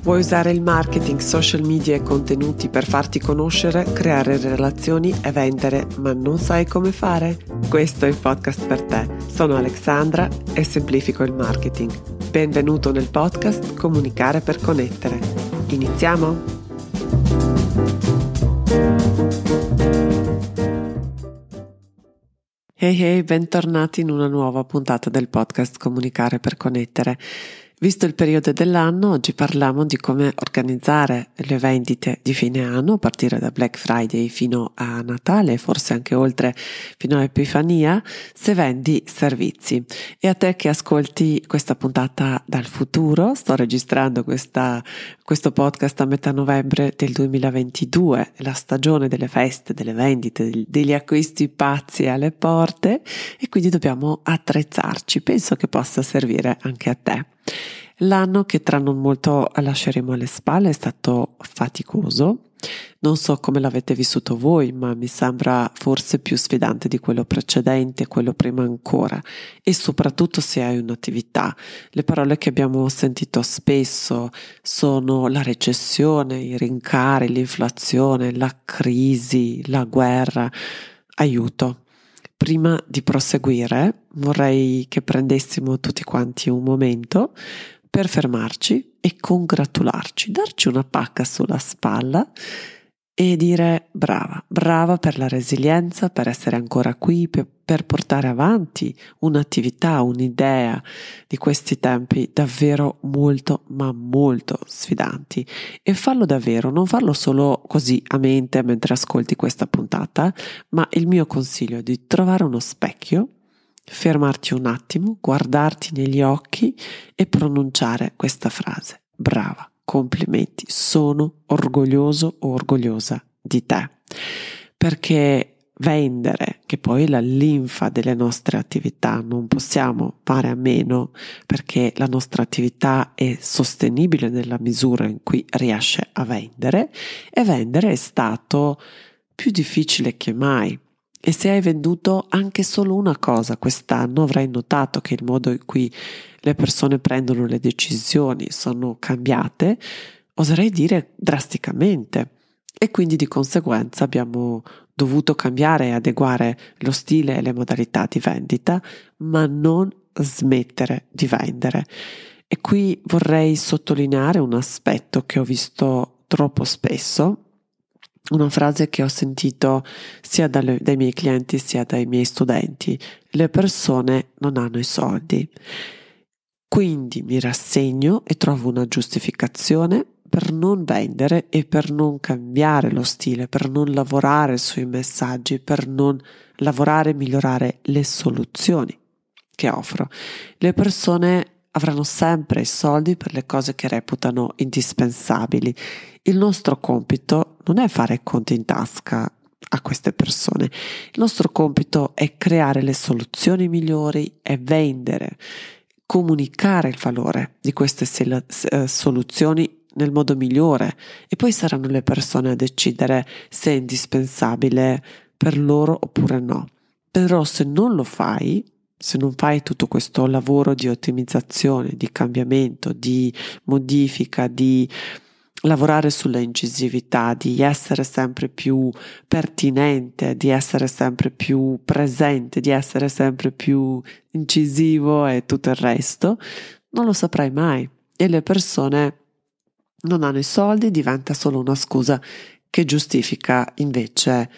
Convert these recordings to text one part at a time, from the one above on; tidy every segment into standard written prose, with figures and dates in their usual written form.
Vuoi usare il marketing, social media e contenuti per farti conoscere, creare relazioni e vendere, ma non sai come fare? Questo è il podcast per te. Sono Alexandra e semplifico il marketing. Benvenuto nel podcast Comunicare per connettere. Iniziamo? Hey, bentornati in una nuova puntata del podcast Comunicare per connettere. Visto il periodo dell'anno, oggi parliamo di come organizzare le vendite di fine anno a partire da Black Friday fino a Natale, forse anche oltre fino a Epifania, se vendi servizi. E a te che ascolti questa puntata dal futuro, sto registrando questo podcast a metà novembre del 2022, la stagione delle feste, delle vendite, degli acquisti pazzi alle porte e quindi dobbiamo attrezzarci. Penso che possa servire anche a te. L'anno che tra non molto lasceremo alle spalle è stato faticoso. Non so come l'avete vissuto voi, ma mi sembra forse più sfidante di quello precedente, quello prima ancora, e soprattutto se hai un'attività. Le parole che abbiamo sentito spesso sono la recessione, i rincari, l'inflazione, la crisi, la guerra. Aiuto. Prima di proseguire, vorrei che prendessimo tutti quanti un momento per fermarci e congratularci, darci una pacca sulla spalla e dire brava per la resilienza, per essere ancora qui, per portare avanti un'attività, un'idea di questi tempi davvero molto, ma molto sfidanti. E farlo davvero, non farlo solo così a mente mentre ascolti questa puntata, ma il mio consiglio è di trovare uno specchio, fermarti un attimo, guardarti negli occhi e pronunciare questa frase. Brava, complimenti, sono orgoglioso o orgogliosa di te. Perché vendere, che poi è la linfa delle nostre attività, non possiamo fare a meno perché la nostra attività è sostenibile nella misura in cui riesce a vendere, e vendere è stato più difficile che mai. E se hai venduto anche solo una cosa quest'anno, avrai notato che il modo in cui le persone prendono le decisioni sono cambiate, oserei dire drasticamente. E quindi di conseguenza abbiamo dovuto cambiare e adeguare lo stile e le modalità di vendita, ma non smettere di vendere. E qui vorrei sottolineare un aspetto che ho visto troppo spesso, una frase che ho sentito sia dai miei clienti sia dai miei studenti: le persone non hanno i soldi. Quindi mi rassegno e trovo una giustificazione per non vendere e per non cambiare lo stile, per non lavorare sui messaggi, per non lavorare e migliorare le soluzioni che offro. Le persone avranno sempre i soldi per le cose che reputano indispensabili. Il nostro compito non è fare conti in tasca a queste persone. Il nostro compito è creare le soluzioni migliori e vendere, comunicare il valore di queste soluzioni nel modo migliore, e poi saranno le persone a decidere se è indispensabile per loro oppure no. Però se non fai tutto questo lavoro di ottimizzazione, di cambiamento, di modifica, di lavorare sulla incisività, di essere sempre più pertinente, di essere sempre più presente, di essere sempre più incisivo e tutto il resto, non lo saprai mai. E le persone non hanno i soldi, diventa solo una scusa che giustifica invece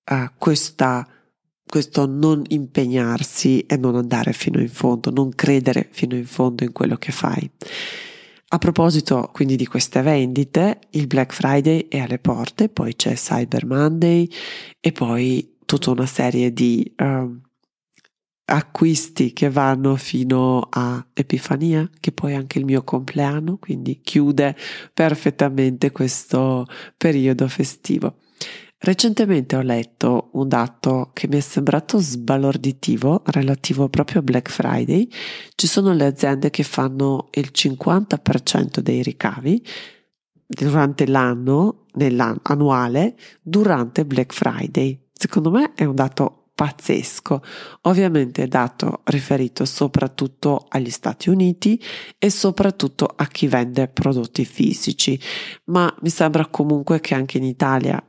questo non impegnarsi e non andare fino in fondo, non credere fino in fondo in quello che fai. A proposito quindi di queste vendite, il Black Friday è alle porte, poi c'è Cyber Monday e poi tutta una serie di acquisti che vanno fino a Epifania, che poi è anche il mio compleanno, quindi chiude perfettamente questo periodo festivo. Recentemente ho letto un dato che mi è sembrato sbalorditivo relativo proprio a Black Friday. Ci sono le aziende che fanno il 50% dei ricavi durante l'anno annuale durante Black Friday. Secondo me è un dato pazzesco, ovviamente riferito soprattutto agli Stati Uniti e soprattutto a chi vende prodotti fisici, ma mi sembra comunque che anche in Italia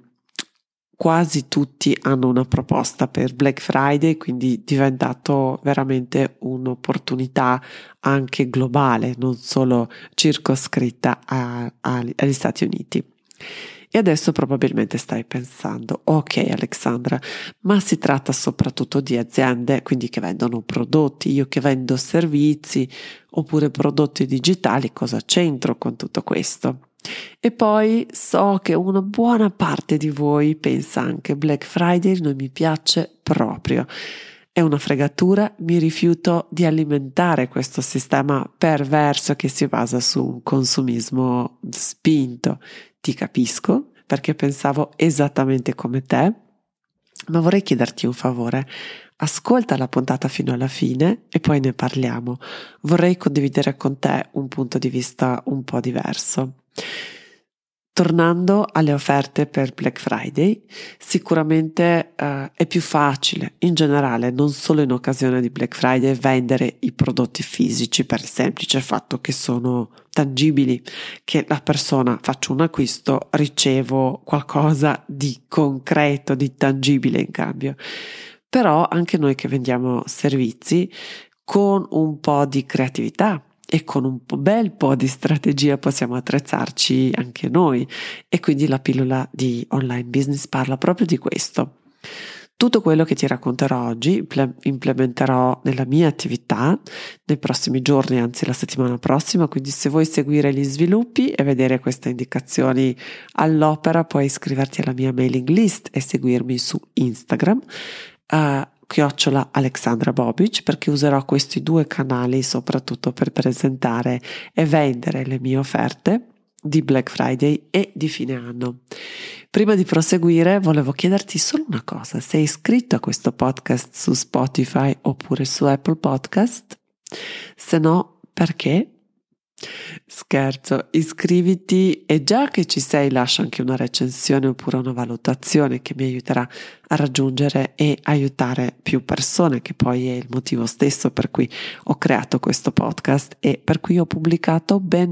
quasi tutti hanno una proposta per Black Friday, quindi è diventato veramente un'opportunità anche globale, non solo circoscritta agli Stati Uniti. E adesso probabilmente stai pensando, ok Alexandra, ma si tratta soprattutto di aziende quindi che vendono prodotti, io che vendo servizi oppure prodotti digitali, cosa c'entro con tutto questo? E poi so che una buona parte di voi pensa anche Black Friday non mi piace proprio. È una fregatura, mi rifiuto di alimentare questo sistema perverso che si basa su un consumismo spinto. Ti capisco perché pensavo esattamente come te, ma vorrei chiederti un favore. Ascolta la puntata fino alla fine e poi ne parliamo. Vorrei condividere con te un punto di vista un po' diverso. Tornando alle offerte per Black Friday, sicuramente è più facile in generale, non solo in occasione di Black Friday, vendere i prodotti fisici per il semplice fatto che sono tangibili, che la persona faccio un acquisto, ricevo qualcosa di concreto, di tangibile in cambio. Però anche noi che vendiamo servizi, con un po' di creatività e con un bel po' di strategia possiamo attrezzarci anche noi, e quindi la pillola di online business parla proprio di questo. Tutto quello che ti racconterò oggi implementerò nella mia attività nei prossimi giorni, anzi la settimana prossima, quindi se vuoi seguire gli sviluppi e vedere queste indicazioni all'opera puoi iscriverti alla mia mailing list e seguirmi su Instagram @Alexandra Bobic, perché userò questi due canali soprattutto per presentare e vendere le mie offerte di Black Friday e di fine anno. Prima di proseguire volevo chiederti solo una cosa: sei iscritto a questo podcast su Spotify oppure su Apple Podcast? Se no, perché? Scherzo, iscriviti e già che ci sei lascia anche una recensione oppure una valutazione che mi aiuterà a raggiungere e aiutare più persone, che poi è il motivo stesso per cui ho creato questo podcast e per cui ho pubblicato ben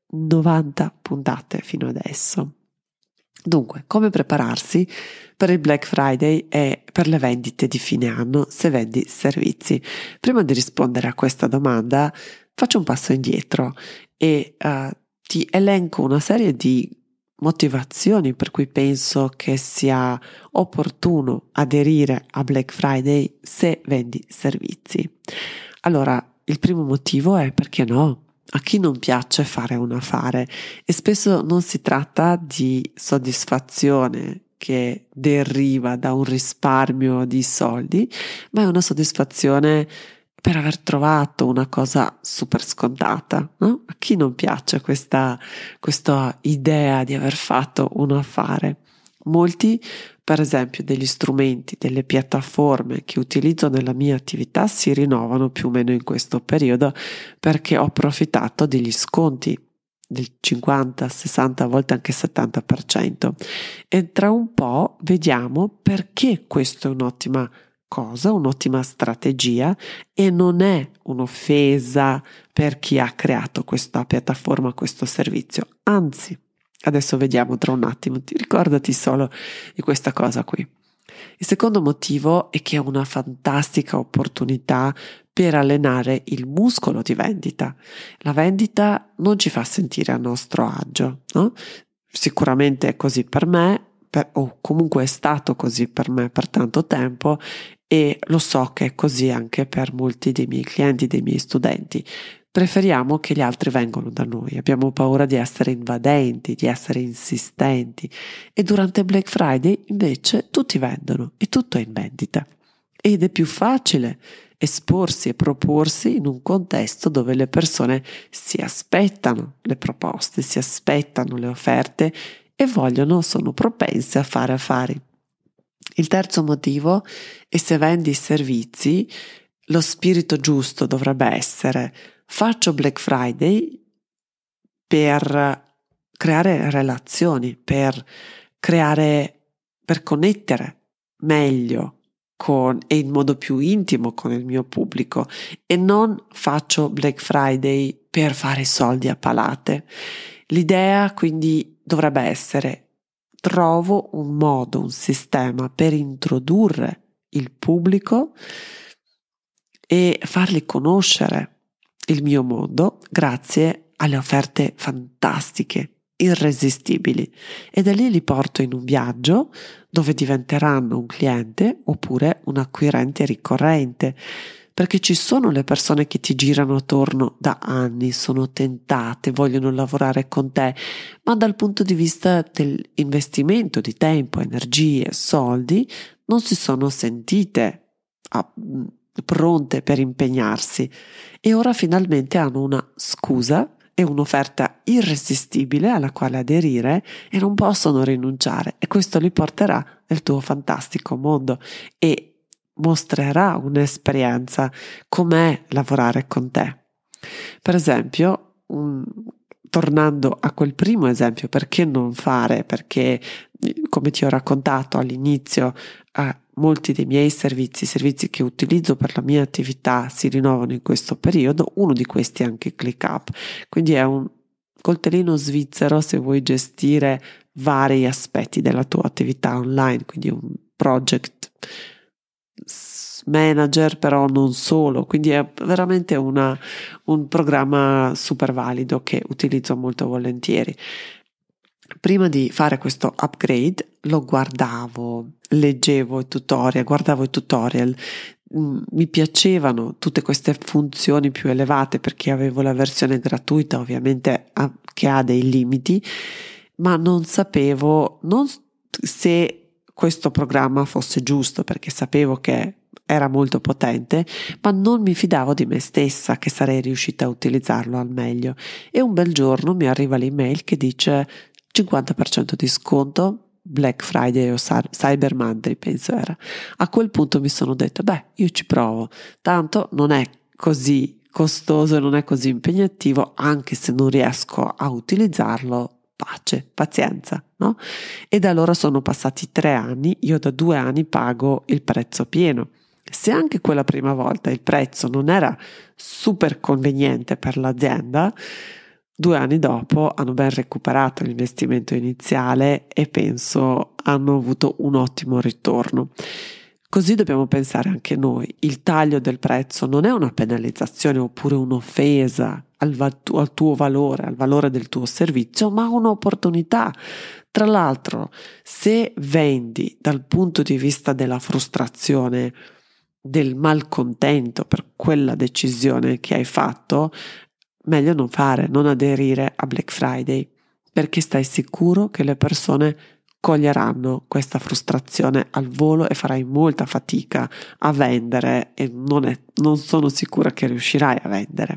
90 puntate fino adesso. Dunque, come prepararsi per il Black Friday e per le vendite di fine anno se vendi servizi? Prima di rispondere a questa domanda, faccio un passo indietro e ti elenco una serie di motivazioni per cui penso che sia opportuno aderire a Black Friday se vendi servizi. Allora, il primo motivo è perché no? A chi non piace fare un affare? E spesso non si tratta di soddisfazione che deriva da un risparmio di soldi, ma è una soddisfazione per aver trovato una cosa super scontata, no? A chi non piace questa idea di aver fatto un affare? Molti, per esempio, degli strumenti, delle piattaforme che utilizzo nella mia attività si rinnovano più o meno in questo periodo perché ho approfittato degli sconti del 50, 60, a volte anche 70%. E tra un po' vediamo perché questo è un'ottima cosa, un'ottima strategia e non è un'offesa per chi ha creato questa piattaforma, questo servizio. Anzi, adesso vediamo tra un attimo, ricordati solo di questa cosa qui. Il secondo motivo è che è una fantastica opportunità per allenare il muscolo di vendita. La vendita non ci fa sentire a nostro agio, no? Sicuramente è così per me, o comunque è stato così per me per tanto tempo, e lo so che è così anche per molti dei miei clienti, dei miei studenti. Preferiamo che gli altri vengano da noi, abbiamo paura di essere invadenti, di essere insistenti, e durante Black Friday invece tutti vendono e tutto è in vendita. Ed è più facile esporsi e proporsi in un contesto dove le persone si aspettano le proposte, si aspettano le offerte e sono propense a fare affari. Il terzo motivo è: se vendi servizi, lo spirito giusto dovrebbe essere: faccio Black Friday per creare relazioni, per connettere meglio e in modo più intimo con il mio pubblico, e non faccio Black Friday per fare soldi a palate. L'idea quindi dovrebbe essere: trovo un modo, un sistema per introdurre il pubblico e fargli conoscere il mio mondo grazie alle offerte fantastiche, irresistibili, e da lì li porto in un viaggio dove diventeranno un cliente oppure un acquirente ricorrente, perché ci sono le persone che ti girano attorno da anni, sono tentate, vogliono lavorare con te, ma dal punto di vista dell'investimento di tempo, energie, soldi, non si sono sentite pronte per impegnarsi, e ora finalmente hanno una scusa e un'offerta irresistibile alla quale aderire e non possono rinunciare, e questo li porterà nel tuo fantastico mondo e mostrerà un'esperienza, com'è lavorare con te. Per esempio, tornando a quel primo esempio, perché non fare? Perché, come ti ho raccontato all'inizio, molti dei miei servizi che utilizzo per la mia attività si rinnovano in questo periodo. Uno di questi è anche ClickUp, quindi è un coltellino svizzero se vuoi gestire vari aspetti della tua attività online, quindi un project manager, però non solo, quindi è veramente un programma super valido che utilizzo molto volentieri. Prima di fare questo upgrade lo guardavo, leggevo i tutorial, guardavo i tutorial, mi piacevano tutte queste funzioni più elevate perché avevo la versione gratuita, ovviamente che ha dei limiti, ma non sapevo se questo programma fosse giusto, perché sapevo che era molto potente, ma non mi fidavo di me stessa che sarei riuscita a utilizzarlo al meglio. E un bel giorno mi arriva l'email che dice 50% di sconto, Black Friday o Cyber Monday, penso era. A quel punto mi sono detta, io ci provo, tanto non è così costoso e non è così impegnativo, anche se non riesco a utilizzarlo, pazienza, no? E da allora sono passati 3 anni, io da 2 anni pago il prezzo pieno. Se anche quella prima volta il prezzo non era super conveniente per l'azienda, 2 anni dopo hanno ben recuperato l'investimento iniziale e penso hanno avuto un ottimo ritorno. Così dobbiamo pensare anche noi. Il taglio del prezzo non è una penalizzazione oppure un'offesa al tuo valore, al valore del tuo servizio, ma un'opportunità. Tra l'altro, se vendi dal punto di vista della frustrazione, del malcontento per quella decisione che hai fatto, meglio non aderire a Black Friday, perché stai sicuro che le persone coglieranno questa frustrazione al volo e farai molta fatica a vendere e non sono sicura che riuscirai a vendere.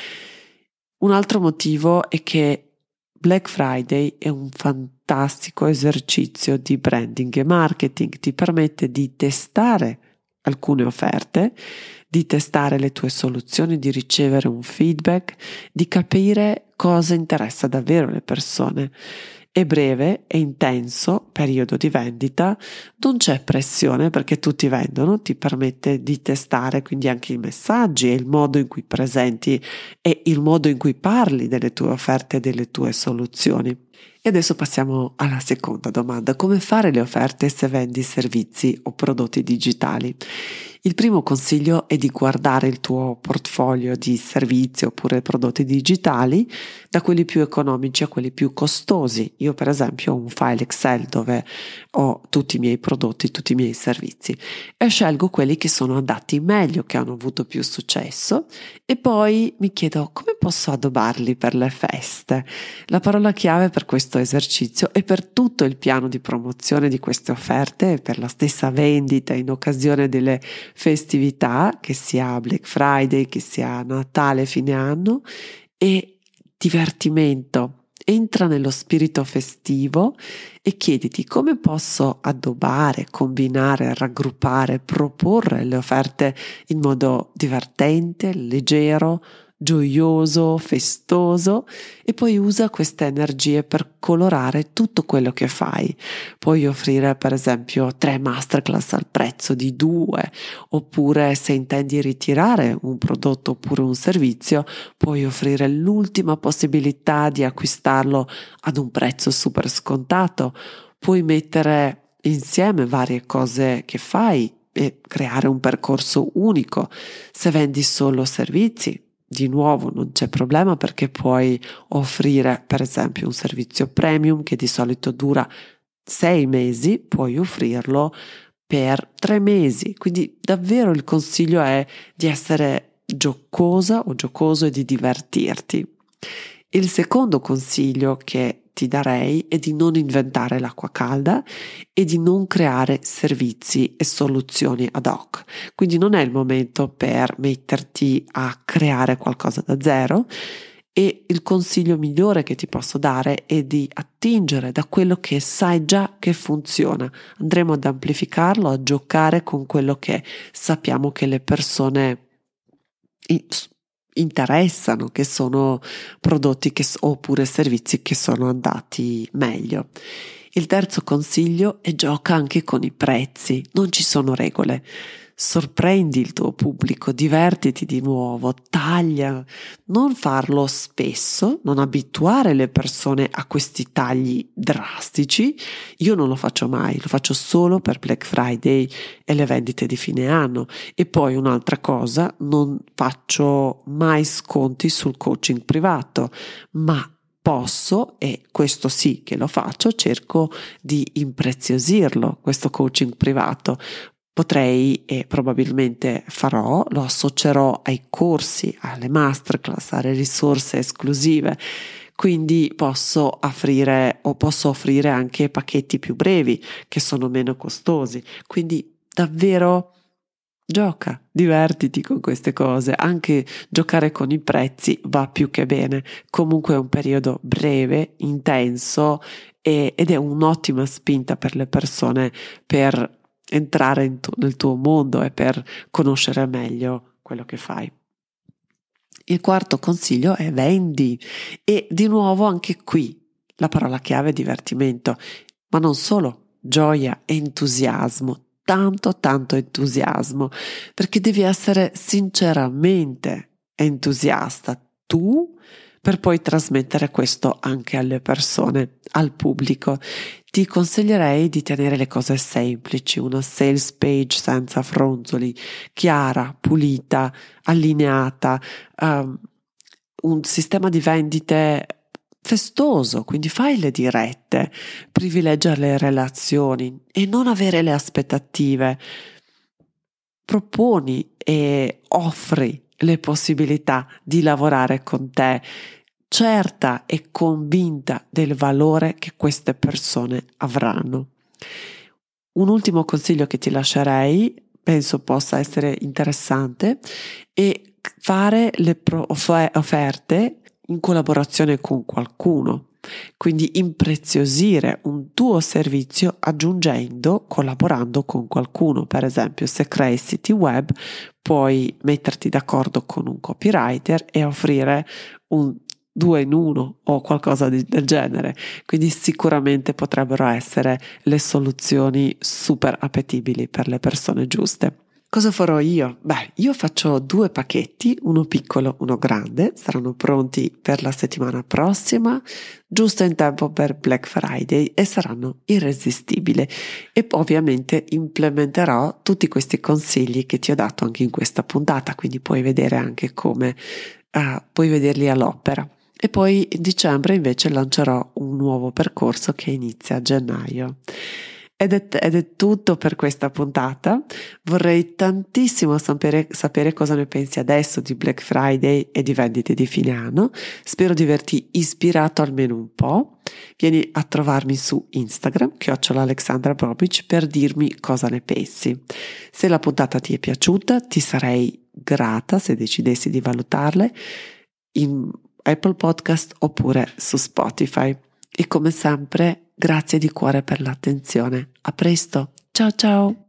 Un altro motivo è che Black Friday è un fantastico esercizio di branding e marketing, ti permette di testare alcune offerte, di testare le tue soluzioni, di ricevere un feedback, di capire cosa interessa davvero le persone. È breve e intenso periodo di vendita, non c'è pressione perché tutti vendono, ti permette di testare quindi anche i messaggi e il modo in cui presenti e il modo in cui parli delle tue offerte e delle tue soluzioni. E adesso passiamo alla seconda domanda: come fare le offerte se vendi servizi o prodotti digitali? Il primo consiglio è di guardare il tuo portfolio di servizi oppure prodotti digitali, da quelli più economici a quelli più costosi. Io per esempio ho un file Excel dove ho tutti i miei prodotti, tutti i miei servizi, e scelgo quelli che sono andati meglio, che hanno avuto più successo, e poi mi chiedo come posso addobbarli per le feste. La parola chiave per questo esercizio e per tutto il piano di promozione di queste offerte e per la stessa vendita in occasione delle festività, che sia Black Friday, che sia Natale, fine anno, e divertimento. Entra nello spirito festivo e chiediti come posso addobbare, combinare, raggruppare, proporre le offerte in modo divertente, leggero, gioioso, festoso, e poi usa queste energie per colorare tutto quello che fai. Puoi offrire per esempio 3 masterclass al prezzo di 2, oppure se intendi ritirare un prodotto oppure un servizio, puoi offrire l'ultima possibilità di acquistarlo ad un prezzo super scontato. Puoi mettere insieme varie cose che fai e creare un percorso unico. Se vendi solo servizi, di nuovo non c'è problema, perché puoi offrire per esempio un servizio premium che di solito dura 6 mesi, puoi offrirlo per 3 mesi. Quindi davvero il consiglio è di essere giocosa o giocoso e di divertirti. Il secondo consiglio che ti darei è di non inventare l'acqua calda e di non creare servizi e soluzioni ad hoc. Quindi non è il momento per metterti a creare qualcosa da zero, e il consiglio migliore che ti posso dare è di attingere da quello che sai già che funziona. Andremo ad amplificarlo, a giocare con quello che sappiamo che le persone interessano, che sono prodotti oppure servizi che sono andati meglio. Il terzo consiglio è: gioca anche con i prezzi, non ci sono regole. Sorprendi il tuo pubblico, divertiti di nuovo, taglia, non farlo spesso, non abituare le persone a questi tagli drastici. Io non lo faccio mai, lo faccio solo per Black Friday e le vendite di fine anno. E poi un'altra cosa, non faccio mai sconti sul coaching privato, ma posso, e questo sì che lo faccio, cerco di impreziosirlo, questo coaching privato. Potrei, e probabilmente farò, lo associerò ai corsi, alle masterclass, alle risorse esclusive. Quindi posso offrire anche pacchetti più brevi che sono meno costosi. Quindi davvero gioca, divertiti con queste cose. Anche giocare con i prezzi va più che bene. Comunque è un periodo breve, intenso, ed è un'ottima spinta per le persone per entrare nel tuo mondo e per conoscere meglio quello che fai. Il quarto consiglio è: vendi. E di nuovo anche qui la parola chiave è divertimento, ma non solo, gioia, entusiasmo, tanto entusiasmo, perché devi essere sinceramente entusiasta tu, per poi trasmettere questo anche alle persone, al pubblico. Ti consiglierei di tenere le cose semplici, una sales page senza fronzoli, chiara, pulita, allineata, un sistema di vendite festoso, quindi fai le dirette, privilegia le relazioni e non avere le aspettative. Proponi e offri le possibilità di lavorare con te, certa e convinta del valore che queste persone avranno. Un ultimo consiglio che ti lascerei, penso possa essere interessante, è fare le offerte in collaborazione con qualcuno. Quindi impreziosire un tuo servizio collaborando con qualcuno. Per esempio, se crei siti web, puoi metterti d'accordo con un copywriter e offrire un 2 in 1 o qualcosa del genere. Quindi sicuramente potrebbero essere le soluzioni super appetibili per le persone giuste. Cosa farò io? Beh, io faccio 2 pacchetti, uno piccolo, uno grande, saranno pronti per la settimana prossima, giusto in tempo per Black Friday, e saranno irresistibili. E poi ovviamente implementerò tutti questi consigli che ti ho dato anche in questa puntata, quindi puoi vedere anche come, puoi vederli all'opera. E poi in dicembre invece lancerò un nuovo percorso che inizia a gennaio. Ed è tutto per questa puntata. Vorrei tantissimo sapere cosa ne pensi adesso di Black Friday e di vendite di fine anno. Spero di averti ispirato almeno un po'. Vieni a trovarmi su Instagram, @AlexandraBobic, per dirmi cosa ne pensi. Se la puntata ti è piaciuta, ti sarei grata se decidessi di valutarle in Apple Podcast oppure su Spotify. E come sempre, grazie di cuore per l'attenzione. A presto. Ciao ciao.